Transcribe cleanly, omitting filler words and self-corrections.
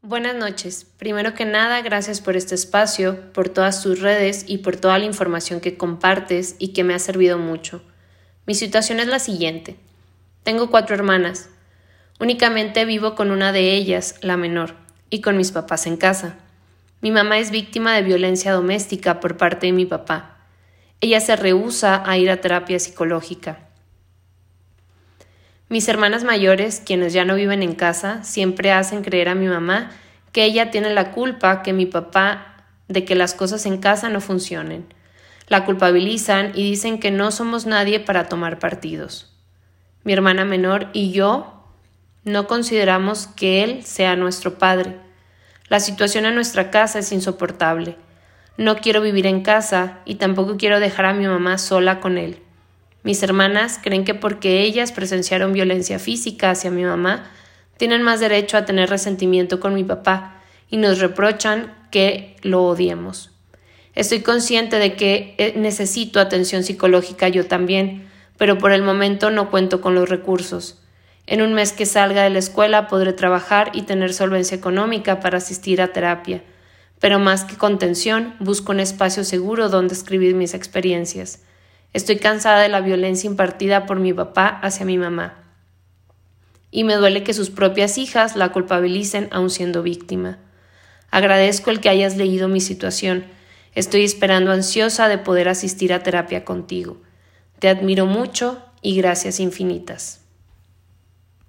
Buenas noches. Primero que nada, gracias por este espacio, por todas tus redes y por toda la información que compartes y que me ha servido mucho. Mi situación es la siguiente. Tengo 4 hermanas. Únicamente vivo con una de ellas, la menor, y con mis papás en casa. Mi mamá es víctima de violencia doméstica por parte de mi papá. Ella se rehúsa a ir a terapia psicológica. Mis hermanas mayores, quienes ya no viven en casa, siempre hacen creer a mi mamá que ella tiene la culpa que mi papá de que las cosas en casa no funcionen. La culpabilizan y dicen que no somos nadie para tomar partidos. Mi hermana menor y yo no consideramos que él sea nuestro padre. La situación en nuestra casa es insoportable. No quiero vivir en casa y tampoco quiero dejar a mi mamá sola con él. Mis hermanas creen que porque ellas presenciaron violencia física hacia mi mamá, tienen más derecho a tener resentimiento con mi papá y nos reprochan que lo odiemos. Estoy consciente de que necesito atención psicológica yo también, pero por el momento no cuento con los recursos. En un mes que salga de la escuela podré trabajar y tener solvencia económica para asistir a terapia, pero más que contención, busco un espacio seguro donde escribir mis experiencias. Estoy cansada de la violencia impartida por mi papá hacia mi mamá. Y me duele que sus propias hijas la culpabilicen aun siendo víctima. Agradezco el que hayas leído mi situación. Estoy esperando ansiosa de poder asistir a terapia contigo. Te admiro mucho y gracias infinitas.